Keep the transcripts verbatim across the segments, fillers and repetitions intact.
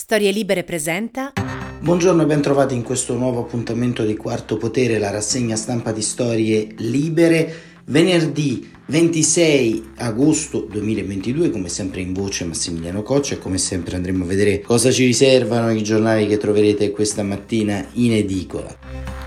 Storie Libere presenta. Buongiorno e ben trovati in questo nuovo appuntamento di Quarto Potere, la rassegna stampa di Storie Libere. Venerdì ventisei agosto duemilaventidue, come sempre in voce Massimiliano Coccia, e come sempre andremo a vedere cosa ci riservano i giornali che troverete questa mattina in edicola.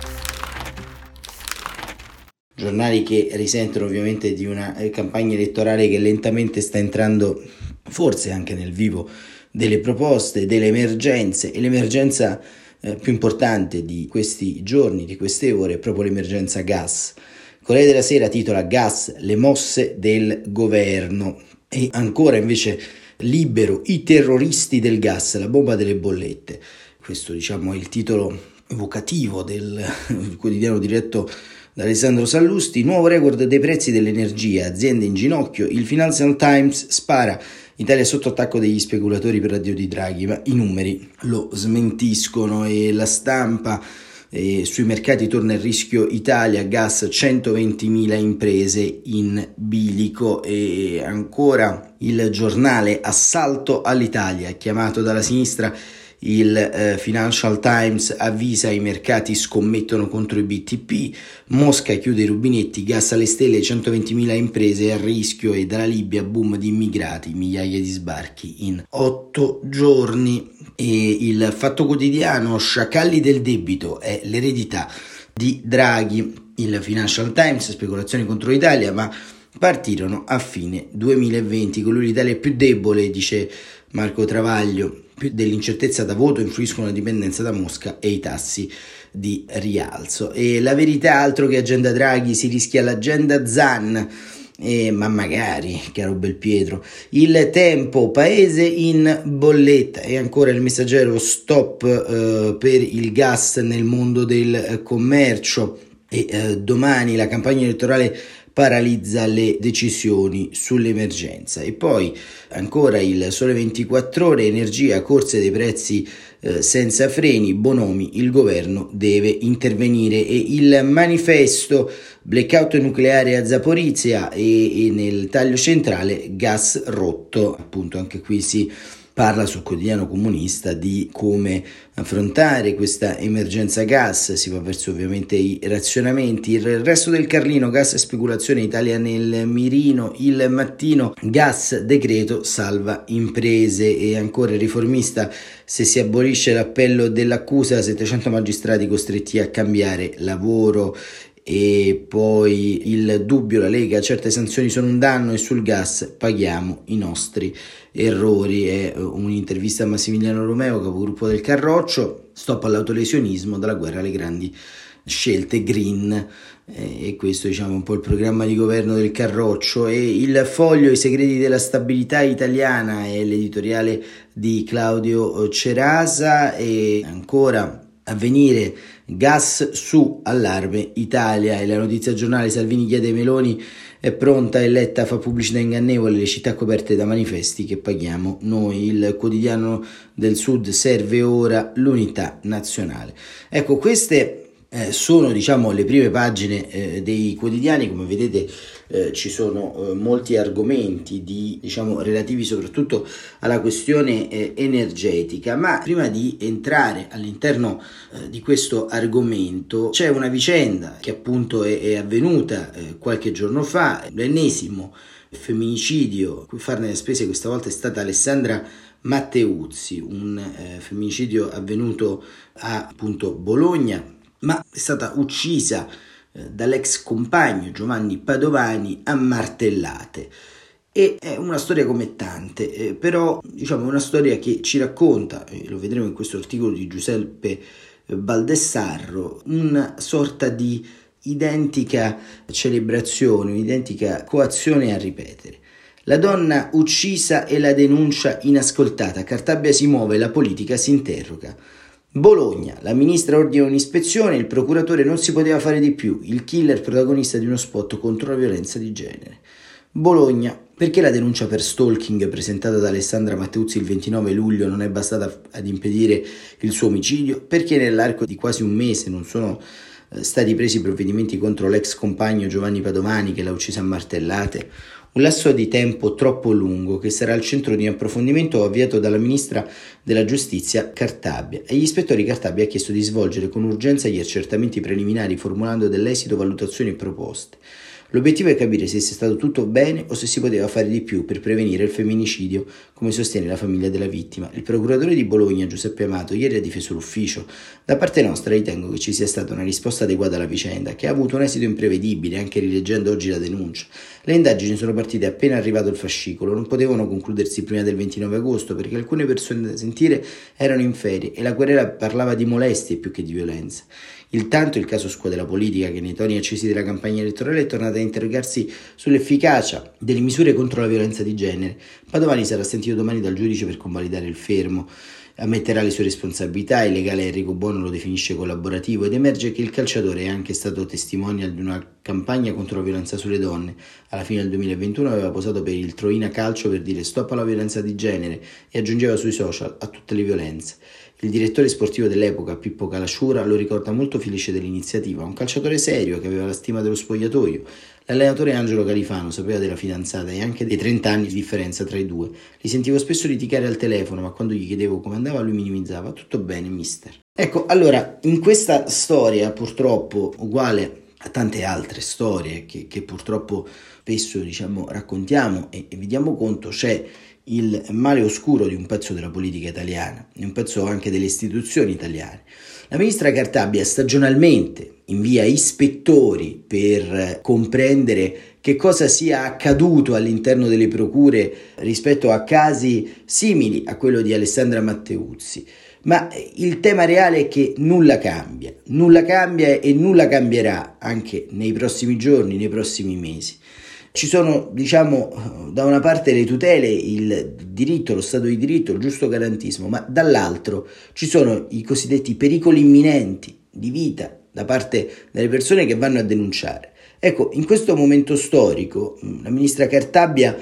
Giornali che risentono ovviamente di una campagna elettorale che lentamente sta entrando forse anche nel vivo delle proposte, delle emergenze, e l'emergenza eh, più importante di questi giorni, di queste ore, è proprio l'emergenza gas. Corriere della Sera titola "Gas, le mosse del governo", e ancora invece Libero, i terroristi del gas, la bomba delle bollette. Questo, diciamo, è il titolo evocativo del quotidiano diretto da Alessandro Sallusti. Nuovo record dei prezzi dell'energia, aziende in ginocchio, il Financial Times spara: Italia sotto attacco degli speculatori per l'addio di Draghi, ma i numeri lo smentiscono. E La Stampa, eh, sui mercati torna il rischio Italia, gas, centoventimila imprese in bilico. E ancora Il Giornale, assalto all'Italia, chiamato dalla sinistra. Il eh, Financial Times avvisa: i mercati scommettono contro i B T P, Mosca chiude i rubinetti, gas alle stelle, centoventimila imprese a rischio, e dalla Libia boom di immigrati, migliaia di sbarchi in otto giorni. E il Fatto Quotidiano, sciacalli del debito, è l'eredità di Draghi. Il Financial Times, speculazioni contro l'Italia, ma partirono a fine duemilaventi. Con lui l'Italia è più debole, dice Marco Travaglio. Più dell'incertezza da voto influiscono la dipendenza da Mosca e i tassi di rialzo. E La Verità, altro che agenda Draghi, si rischia l'agenda Zan. Eh, ma magari, caro Belpietro. Il Tempo, paese in bolletta. E ancora Il Messaggero, stop eh, per il gas nel mondo del eh, commercio. E eh, Domani, la campagna elettorale paralizza le decisioni sull'emergenza. E poi ancora Il Sole ventiquattro Ore, energia, corse dei prezzi eh, senza freni, Bonomi, il governo deve intervenire. E Il Manifesto, blackout nucleare a Zaporizia, e, e nel taglio centrale gas rotto. Appunto, anche qui si parla sul quotidiano comunista di come affrontare questa emergenza gas. Si va verso ovviamente i razionamenti. Il Resto del Carlino, gas e speculazione, Italia nel mirino. Il Mattino, gas, decreto salva imprese. E ancora Il Riformista, se si abolisce l'appello dell'accusa, settecento magistrati costretti a cambiare lavoro. E poi Il Dubbio, la Lega, certe sanzioni sono un danno e sul gas paghiamo i nostri errori. È un'intervista a Massimiliano Romeo, capogruppo del Carroccio. Stop all'autolesionismo, dalla guerra alle grandi scelte green. E questo, diciamo, è un po' il programma di governo del Carroccio. E Il Foglio, i segreti della stabilità italiana, è l'editoriale di Claudio Cerasa. E ancora Avvenire, gas su, allarme Italia. E La Notizia Giornale, Salvini chiede Meloni è pronta e Letta fa pubblicità ingannevole, le città coperte da manifesti che paghiamo noi. Il Quotidiano del Sud, serve ora l'unità nazionale. Ecco, queste Eh, sono, diciamo, le prime pagine eh, dei quotidiani. Come vedete eh, ci sono eh, molti argomenti di, diciamo, relativi soprattutto alla questione eh, energetica, ma prima di entrare all'interno eh, di questo argomento c'è una vicenda che appunto è, è avvenuta eh, qualche giorno fa, l'ennesimo femminicidio, cui farne le spese questa volta è stata Alessandra Matteuzzi, un eh, femminicidio avvenuto a appunto Bologna, ma è stata uccisa eh, dall'ex compagno Giovanni Padovani a martellate. E è una storia come tante, eh, però diciamo una storia che ci racconta, e lo vedremo in questo articolo di Giuseppe Baldessarro, una sorta di identica celebrazione, un'identica coazione a ripetere. La donna uccisa e la denuncia inascoltata, Cartabia si muove, la politica si interroga. Bologna, la ministra ordina un'ispezione, il procuratore non si poteva fare di più, il killer protagonista di uno spot contro la violenza di genere. Bologna, perché la denuncia per stalking presentata da Alessandra Matteuzzi il ventinove luglio non è bastata ad impedire il suo omicidio? Perché nell'arco di quasi un mese non sono stati presi provvedimenti contro l'ex compagno Giovanni Padovani, che l'ha uccisa a martellate? Un lasso di tempo troppo lungo che sarà al centro di un approfondimento avviato dalla ministra della Giustizia Cartabia. E gli ispettori Cartabia ha chiesto di svolgere con urgenza gli accertamenti preliminari formulando dell'esito valutazioni e proposte. L'obiettivo è capire se sia stato tutto bene o se si poteva fare di più per prevenire il femminicidio, come sostiene la famiglia della vittima. Il procuratore di Bologna, Giuseppe Amato, ieri ha difeso l'ufficio. Da parte nostra ritengo che ci sia stata una risposta adeguata alla vicenda, che ha avuto un esito imprevedibile, anche rileggendo oggi la denuncia. Le indagini sono partite appena arrivato il fascicolo, non potevano concludersi prima del ventinove agosto perché alcune persone da sentire erano in ferie e la querela parlava di molestie più che di violenza. Intanto il caso scuote la politica che nei toni accesi della campagna elettorale è tornata a interrogarsi sull'efficacia delle misure contro la violenza di genere. Padovani sarà sentito domani dal giudice per convalidare il fermo, ammetterà le sue responsabilità, il legale Enrico Bono lo definisce collaborativo ed emerge che il calciatore è anche stato testimonial di una campagna contro la violenza sulle donne. Alla fine del duemilaventuno aveva posato per il Troina Calcio per dire stop alla violenza di genere e aggiungeva sui social a tutte le violenze. Il direttore sportivo dell'epoca, Pippo Calasciura, lo ricorda molto felice dell'iniziativa, un calciatore serio che aveva la stima dello spogliatoio. L'allenatore Angelo Califano sapeva della fidanzata e anche dei trenta anni di differenza tra i due. Li sentivo spesso litigare al telefono, ma quando gli chiedevo come andava lui minimizzava. Tutto bene, mister. Ecco, allora, in questa storia, purtroppo, uguale a tante altre storie che, che purtroppo spesso, diciamo, raccontiamo e, e vi diamo conto, c'è il male oscuro di un pezzo della politica italiana, di un pezzo anche delle istituzioni italiane. La ministra Cartabia stagionalmente invia ispettori per comprendere che cosa sia accaduto all'interno delle procure rispetto a casi simili a quello di Alessandra Matteuzzi. Ma il tema reale è che nulla cambia, nulla cambia e nulla cambierà anche nei prossimi giorni, nei prossimi mesi. Ci sono, diciamo, da una parte le tutele, il diritto, lo Stato di diritto, il giusto garantismo, ma dall'altro ci sono i cosiddetti pericoli imminenti di vita da parte delle persone che vanno a denunciare. Ecco, in questo momento storico la ministra Cartabia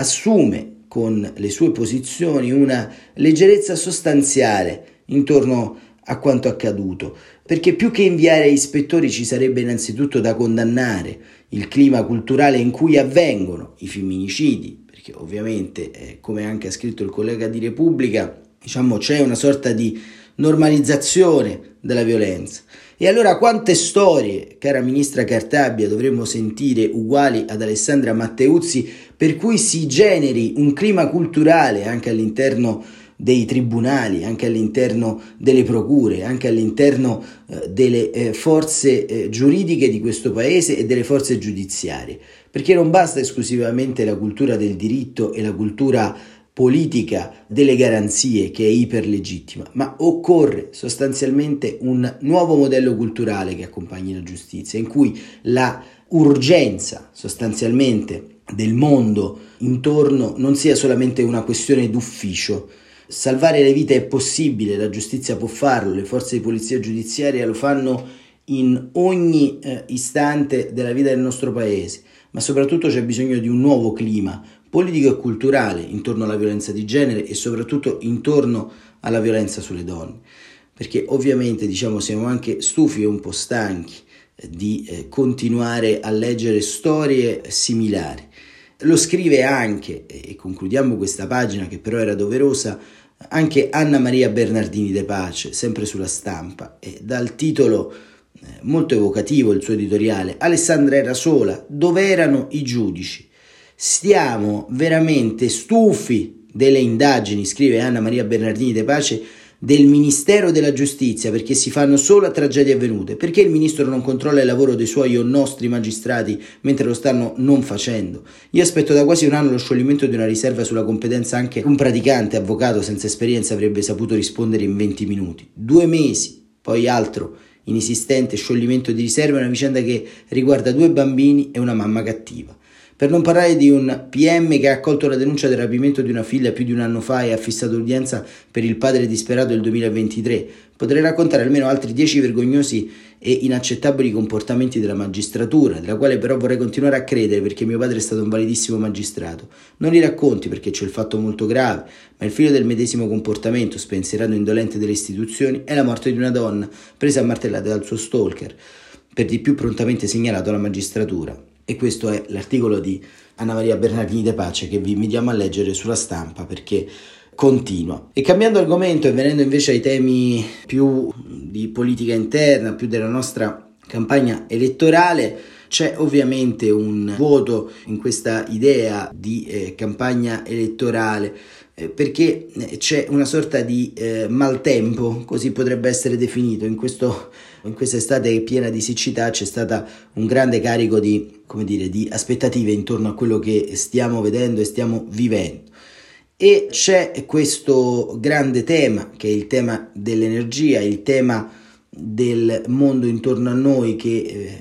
assume con le sue posizioni una leggerezza sostanziale intorno a quanto accaduto, perché più che inviare ispettori ci sarebbe innanzitutto da condannare il clima culturale in cui avvengono i femminicidi, perché ovviamente, eh, come anche ha scritto il collega di Repubblica, diciamo c'è una sorta di normalizzazione della violenza. E allora quante storie, cara ministra Cartabia, dovremmo sentire uguali ad Alessandra Matteuzzi per cui si generi un clima culturale anche all'interno dei tribunali, anche all'interno delle procure, anche all'interno eh, delle eh, forze eh, giuridiche di questo paese e delle forze giudiziarie, perché non basta esclusivamente la cultura del diritto e la cultura politica delle garanzie che è iperlegittima, ma occorre sostanzialmente un nuovo modello culturale che accompagni la giustizia, in cui la urgenza sostanzialmente del mondo intorno non sia solamente una questione d'ufficio. Salvare le vite è possibile, la giustizia può farlo, le forze di polizia giudiziaria lo fanno in ogni eh, istante della vita del nostro paese, ma soprattutto c'è bisogno di un nuovo clima politico e culturale intorno alla violenza di genere e soprattutto intorno alla violenza sulle donne, perché ovviamente diciamo siamo anche stufi e un po' stanchi eh, di eh, continuare a leggere storie similari. Lo scrive anche, e concludiamo questa pagina che però era doverosa, anche Anna Maria Bernardini De Pace, sempre sulla Stampa, e dal titolo eh, molto evocativo il suo editoriale: Alessandra era sola, dove erano i giudici? Stiamo veramente stufi delle indagini, scrive Anna Maria Bernardini De Pace, del Ministero della Giustizia, perché si fanno solo a tragedie avvenute. Perché il ministro non controlla il lavoro dei suoi o nostri magistrati mentre lo stanno non facendo? Io aspetto da quasi un anno lo scioglimento di una riserva sulla competenza. Anche un praticante avvocato senza esperienza avrebbe saputo rispondere in venti minuti. Due mesi, poi altro inesistente scioglimento di riserva, è una vicenda che riguarda due bambini e una mamma cattiva. Per non parlare di un P M che ha accolto la denuncia del rapimento di una figlia più di un anno fa e ha fissato l'udienza per il padre disperato del duemilaventitré. Potrei raccontare almeno altri dieci vergognosi e inaccettabili comportamenti della magistratura, della quale però vorrei continuare a credere perché mio padre è stato un validissimo magistrato. Non li racconti perché c'è il fatto molto grave, ma il figlio del medesimo comportamento, spensierato e indolente delle istituzioni, è la morte di una donna presa a martellate dal suo stalker, per di più prontamente segnalato alla magistratura. E questo è l'articolo di Anna Maria Bernardini De Pace, che vi invitiamo a leggere sulla Stampa perché continua. E cambiando argomento e venendo invece ai temi più di politica interna, più della nostra campagna elettorale, c'è ovviamente un vuoto in questa idea di eh, campagna elettorale eh, perché c'è una sorta di eh, maltempo, così potrebbe essere definito. In questo in questa estate piena di siccità c'è stato un grande carico di, come dire, di aspettative intorno a quello che stiamo vedendo e stiamo vivendo. E c'è questo grande tema, che è il tema dell'energia, il tema del mondo intorno a noi che eh,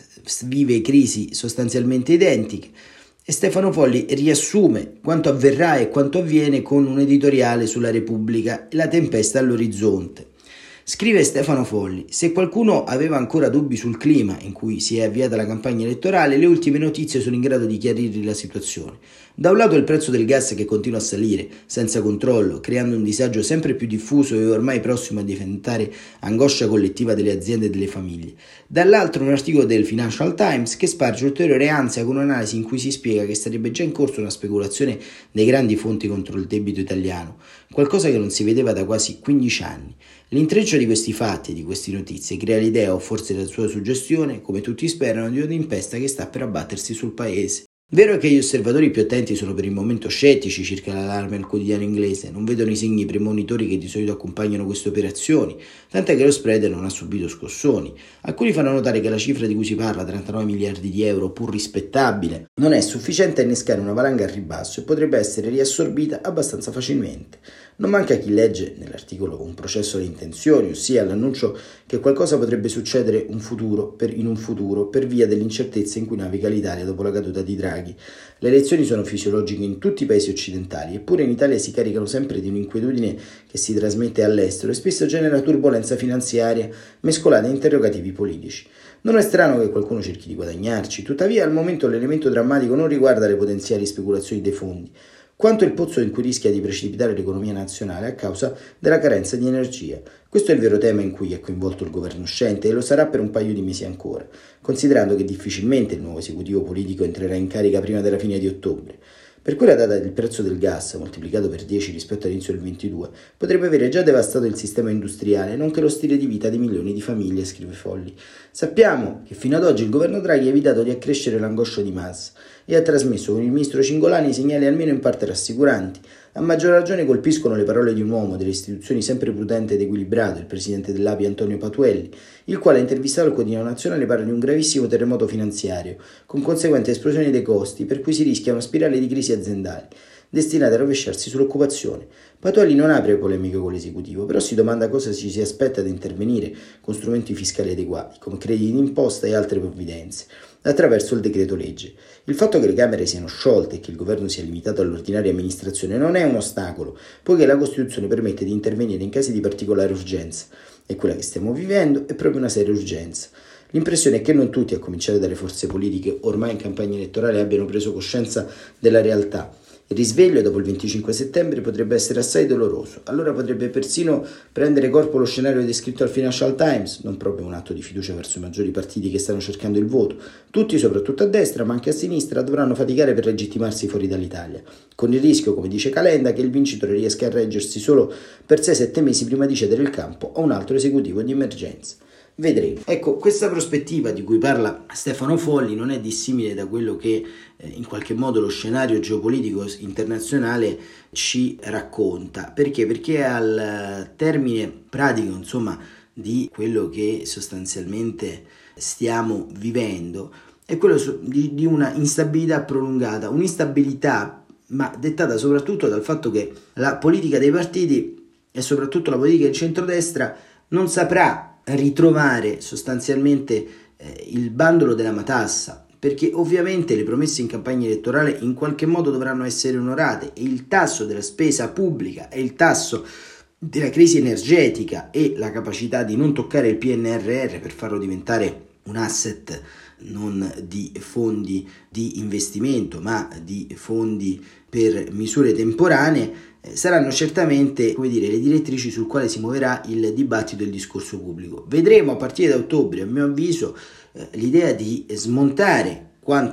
vive crisi sostanzialmente identiche. E Stefano Folli riassume quanto avverrà e quanto avviene con un editoriale sulla Repubblica e la tempesta all'orizzonte. Scrive Stefano Folli: se qualcuno aveva ancora dubbi sul clima in cui si è avviata la campagna elettorale, le ultime notizie sono in grado di chiarirgli la situazione. Da un lato il prezzo del gas che continua a salire, senza controllo, creando un disagio sempre più diffuso e ormai prossimo a diventare angoscia collettiva delle aziende e delle famiglie. Dall'altro un articolo del Financial Times che sparge ulteriore ansia con un'analisi in cui si spiega che sarebbe già in corso una speculazione dei grandi fonti contro il debito italiano, qualcosa che non si vedeva da quasi quindici anni. L'intreccio di questi fatti e di queste notizie crea l'idea, o forse la sua suggestione, come tutti sperano, di una tempesta che sta per abbattersi sul paese. Vero è che gli osservatori più attenti sono per il momento scettici circa l'allarme al quotidiano inglese, non vedono i segni premonitori che di solito accompagnano queste operazioni, tant'è che lo spread non ha subito scossoni. Alcuni fanno notare che la cifra di cui si parla, trentanove miliardi di euro, pur rispettabile, non è sufficiente a innescare una valanga al ribasso e potrebbe essere riassorbita abbastanza facilmente. Non manca chi legge nell'articolo un processo di intenzioni, ossia l'annuncio che qualcosa potrebbe succedere un futuro per, in un futuro per via dell'incertezza in cui naviga l'Italia dopo la caduta di Draghi. Le elezioni sono fisiologiche in tutti i paesi occidentali, eppure in Italia si caricano sempre di un'inquietudine che si trasmette all'estero e spesso genera turbolenza finanziaria mescolata a interrogativi politici. Non è strano che qualcuno cerchi di guadagnarci, tuttavia al momento l'elemento drammatico non riguarda le potenziali speculazioni dei fondi, quanto il pozzo in cui rischia di precipitare l'economia nazionale a causa della carenza di energia. Questo è il vero tema in cui è coinvolto il governo uscente e lo sarà per un paio di mesi ancora, considerando che difficilmente il nuovo esecutivo politico entrerà in carica prima della fine di ottobre. Per quella data il prezzo del gas, moltiplicato per dieci rispetto all'inizio del ventidue, potrebbe avere già devastato il sistema industriale, nonché lo stile di vita di milioni di famiglie, scrive Folli. Sappiamo che fino ad oggi il governo Draghi ha evitato di accrescere l'angoscia di massa e ha trasmesso con il ministro Cingolani segnali almeno in parte rassicuranti. A maggior ragione colpiscono le parole di un uomo delle istituzioni sempre prudente ed equilibrato, il presidente dell'A P I Antonio Patuelli, il quale intervistato al quotidiano nazionale parla di un gravissimo terremoto finanziario, con conseguente esplosione dei costi, per cui si rischia una spirale di crisi aziendali, destinate a rovesciarsi sull'occupazione. Patuelli non apre polemiche con l'esecutivo, però si domanda cosa ci si aspetta da intervenire con strumenti fiscali adeguati, come crediti d'imposta e altre provvidenze, attraverso il decreto legge. Il fatto che le Camere siano sciolte e che il governo sia limitato all'ordinaria amministrazione non è un ostacolo, poiché la Costituzione permette di intervenire in casi di particolare urgenza, e quella che stiamo vivendo è proprio una seria urgenza. L'impressione è che non tutti, a cominciare dalle forze politiche ormai in campagna elettorale, abbiano preso coscienza della realtà. Il risveglio dopo il venticinque settembre potrebbe essere assai doloroso, allora potrebbe persino prendere corpo lo scenario descritto al Financial Times, non proprio un atto di fiducia verso i maggiori partiti che stanno cercando il voto. Tutti, soprattutto a destra, ma anche a sinistra, dovranno faticare per legittimarsi fuori dall'Italia, con il rischio, come dice Calenda, che il vincitore riesca a reggersi solo per sei sette mesi prima di cedere il campo a un altro esecutivo di emergenza. Vedremo. Ecco, questa prospettiva di cui parla Stefano Folli non è dissimile da quello che eh, in qualche modo lo scenario geopolitico internazionale ci racconta. Perché? Perché al termine pratico, insomma, di quello che sostanzialmente stiamo vivendo è quello di, di una instabilità prolungata, un'instabilità ma dettata soprattutto dal fatto che la politica dei partiti e soprattutto la politica del centrodestra non saprà ritrovare sostanzialmente eh, il bandolo della matassa, perché ovviamente le promesse in campagna elettorale in qualche modo dovranno essere onorate e il tasso della spesa pubblica e il tasso della crisi energetica e la capacità di non toccare il P N R R per farlo diventare un asset non di fondi di investimento ma di fondi per misure temporanee saranno certamente, come dire, le direttrici sul quale si muoverà il dibattito e il discorso pubblico. Vedremo a partire da ottobre, a mio avviso, eh, l'idea di smontare quanto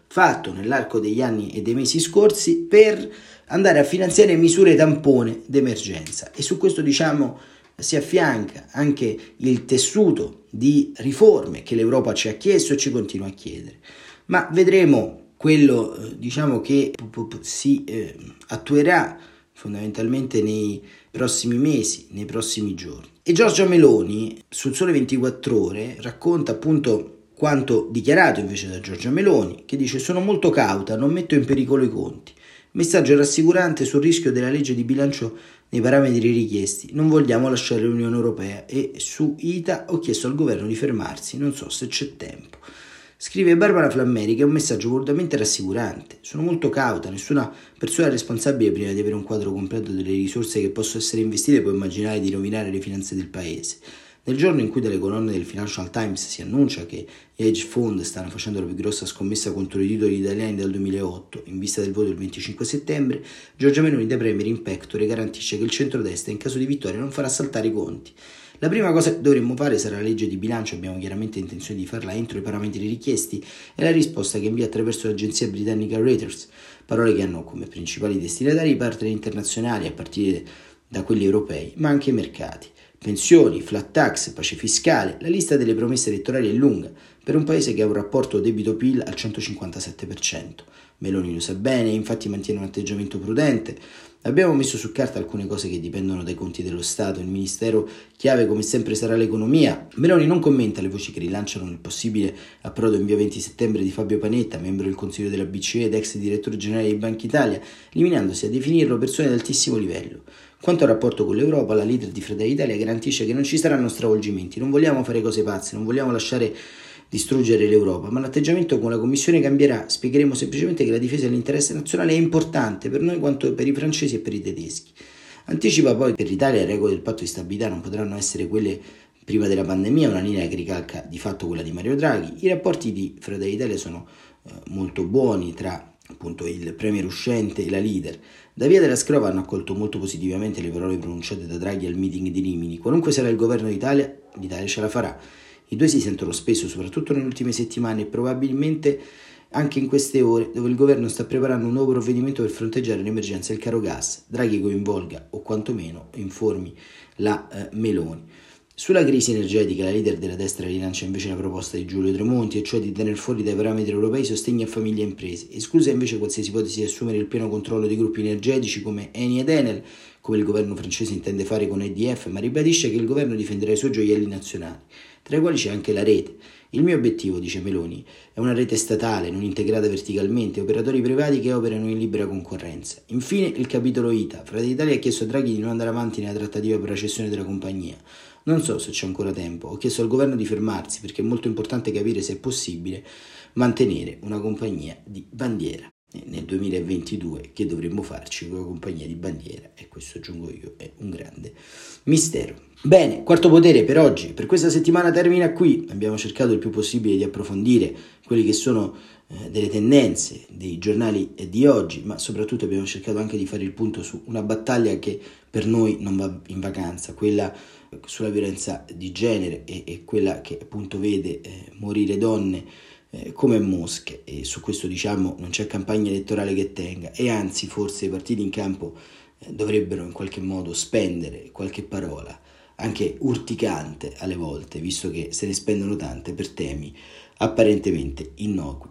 fatto nell'arco degli anni e dei mesi scorsi per andare a finanziare misure tampone d'emergenza, e su questo diciamo si affianca anche il tessuto di riforme che l'Europa ci ha chiesto e ci continua a chiedere. Ma vedremo quello diciamo che si eh, attuerà fondamentalmente nei prossimi mesi, nei prossimi giorni. E Giorgia Meloni sul Sole ventiquattro Ore racconta appunto quanto dichiarato invece da Giorgia Meloni, che dice: sono molto cauta, non metto in pericolo i conti. Messaggio rassicurante sul rischio della legge di bilancio nei parametri richiesti. Non vogliamo lasciare l'Unione Europea e su I T A ho chiesto al governo di fermarsi, non so se c'è tempo. Scrive Barbara Flammeri che è un messaggio volutamente rassicurante. Sono molto cauta, nessuna persona responsabile prima di avere un quadro completo delle risorse che possono essere investite può immaginare di rovinare le finanze del paese. Nel giorno in cui dalle colonne del Financial Times si annuncia che gli hedge fund stanno facendo la più grossa scommessa contro i titoli italiani dal duemilaotto, in vista del voto del venticinque settembre, Giorgia Meloni da Premier in pectore garantisce che il centrodestra in caso di vittoria non farà saltare i conti. La prima cosa che dovremmo fare sarà la legge di bilancio, abbiamo chiaramente intenzione di farla entro i parametri richiesti, è la risposta che invia attraverso l'agenzia britannica Reuters, parole che hanno come principali destinatari i partner internazionali a partire da quelli europei, ma anche i mercati. Pensioni, flat tax, pace fiscale, la lista delle promesse elettorali è lunga per un paese che ha un rapporto debito-P I L al centocinquantasette per cento. Meloni lo sa bene, infatti mantiene un atteggiamento prudente. Abbiamo messo su carta alcune cose che dipendono dai conti dello Stato, il ministero chiave come sempre sarà l'economia. Meloni non commenta le voci che rilanciano il possibile approdo in via venti settembre di Fabio Panetta, membro del Consiglio della B C E ed ex direttore generale di Banca Italia, limitandosi a definirlo persone di altissimo livello. Quanto al rapporto con l'Europa, la leader di Fratelli d'Italia garantisce che non ci saranno stravolgimenti, non vogliamo fare cose pazze, non vogliamo lasciare distruggere l'Europa, ma l'atteggiamento con la Commissione cambierà. Spiegheremo semplicemente che la difesa dell'interesse nazionale è importante per noi quanto per i francesi e per i tedeschi. Anticipa poi che per l'Italia le regole del patto di stabilità non potranno essere quelle prima della pandemia, una linea che ricalca di fatto quella di Mario Draghi. I rapporti di Fratelli d'Italia sono eh, molto buoni tra appunto il premier uscente e la leader. Da via della Scrova hanno accolto molto positivamente le parole pronunciate da Draghi al meeting di Rimini. Qualunque sarà il governo d'Italia, l'Italia ce la farà. I due si sentono spesso, soprattutto nelle ultime settimane e probabilmente anche in queste ore, dove il governo sta preparando un nuovo provvedimento per fronteggiare l'emergenza del caro gas. Draghi coinvolga o quantomeno informi la eh, Meloni. Sulla crisi energetica la leader della destra rilancia invece la proposta di Giulio Tremonti, e cioè di tenere fuori dai parametri europei sostegni a famiglie e imprese, esclusa invece qualsiasi ipotesi di assumere il pieno controllo di gruppi energetici come Eni ed Enel, come il governo francese intende fare con E D F, ma ribadisce che il governo difenderà i suoi gioielli nazionali, tra i quali c'è anche la rete. Il mio obiettivo, dice Meloni, è una rete statale, non integrata verticalmente, operatori privati che operano in libera concorrenza. Infine, il capitolo I T A. Fratelli d'Italia ha chiesto a Draghi di non andare avanti nella trattativa per la cessione della compagnia. Non so se c'è ancora tempo, ho chiesto al governo di fermarsi perché è molto importante capire se è possibile mantenere una compagnia di bandiera. Nel duemilaventidue che dovremmo farci con una compagnia di bandiera, e questo aggiungo io è un grande mistero. Bene, Quarto Potere per oggi, per questa settimana termina qui. Abbiamo cercato il più possibile di approfondire quelli che sono eh, delle tendenze dei giornali di oggi, ma soprattutto abbiamo cercato anche di fare il punto su una battaglia che per noi non va in vacanza, quella sulla violenza di genere e, e quella che appunto vede eh, morire donne eh, come mosche, e su questo diciamo non c'è campagna elettorale che tenga, e anzi forse i partiti in campo eh, dovrebbero in qualche modo spendere qualche parola anche urticante alle volte, visto che se ne spendono tante per temi apparentemente innocui.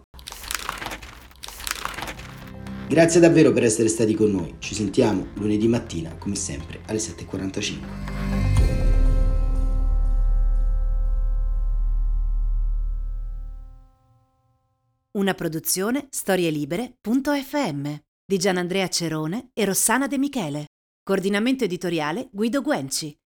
Grazie davvero per essere stati con noi, ci sentiamo lunedì mattina come sempre alle sette e quarantacinque. Una produzione storielibere punto effe emme di Gianandrea Cerone e Rossana De Michele. Coordinamento editoriale Guido Guenci.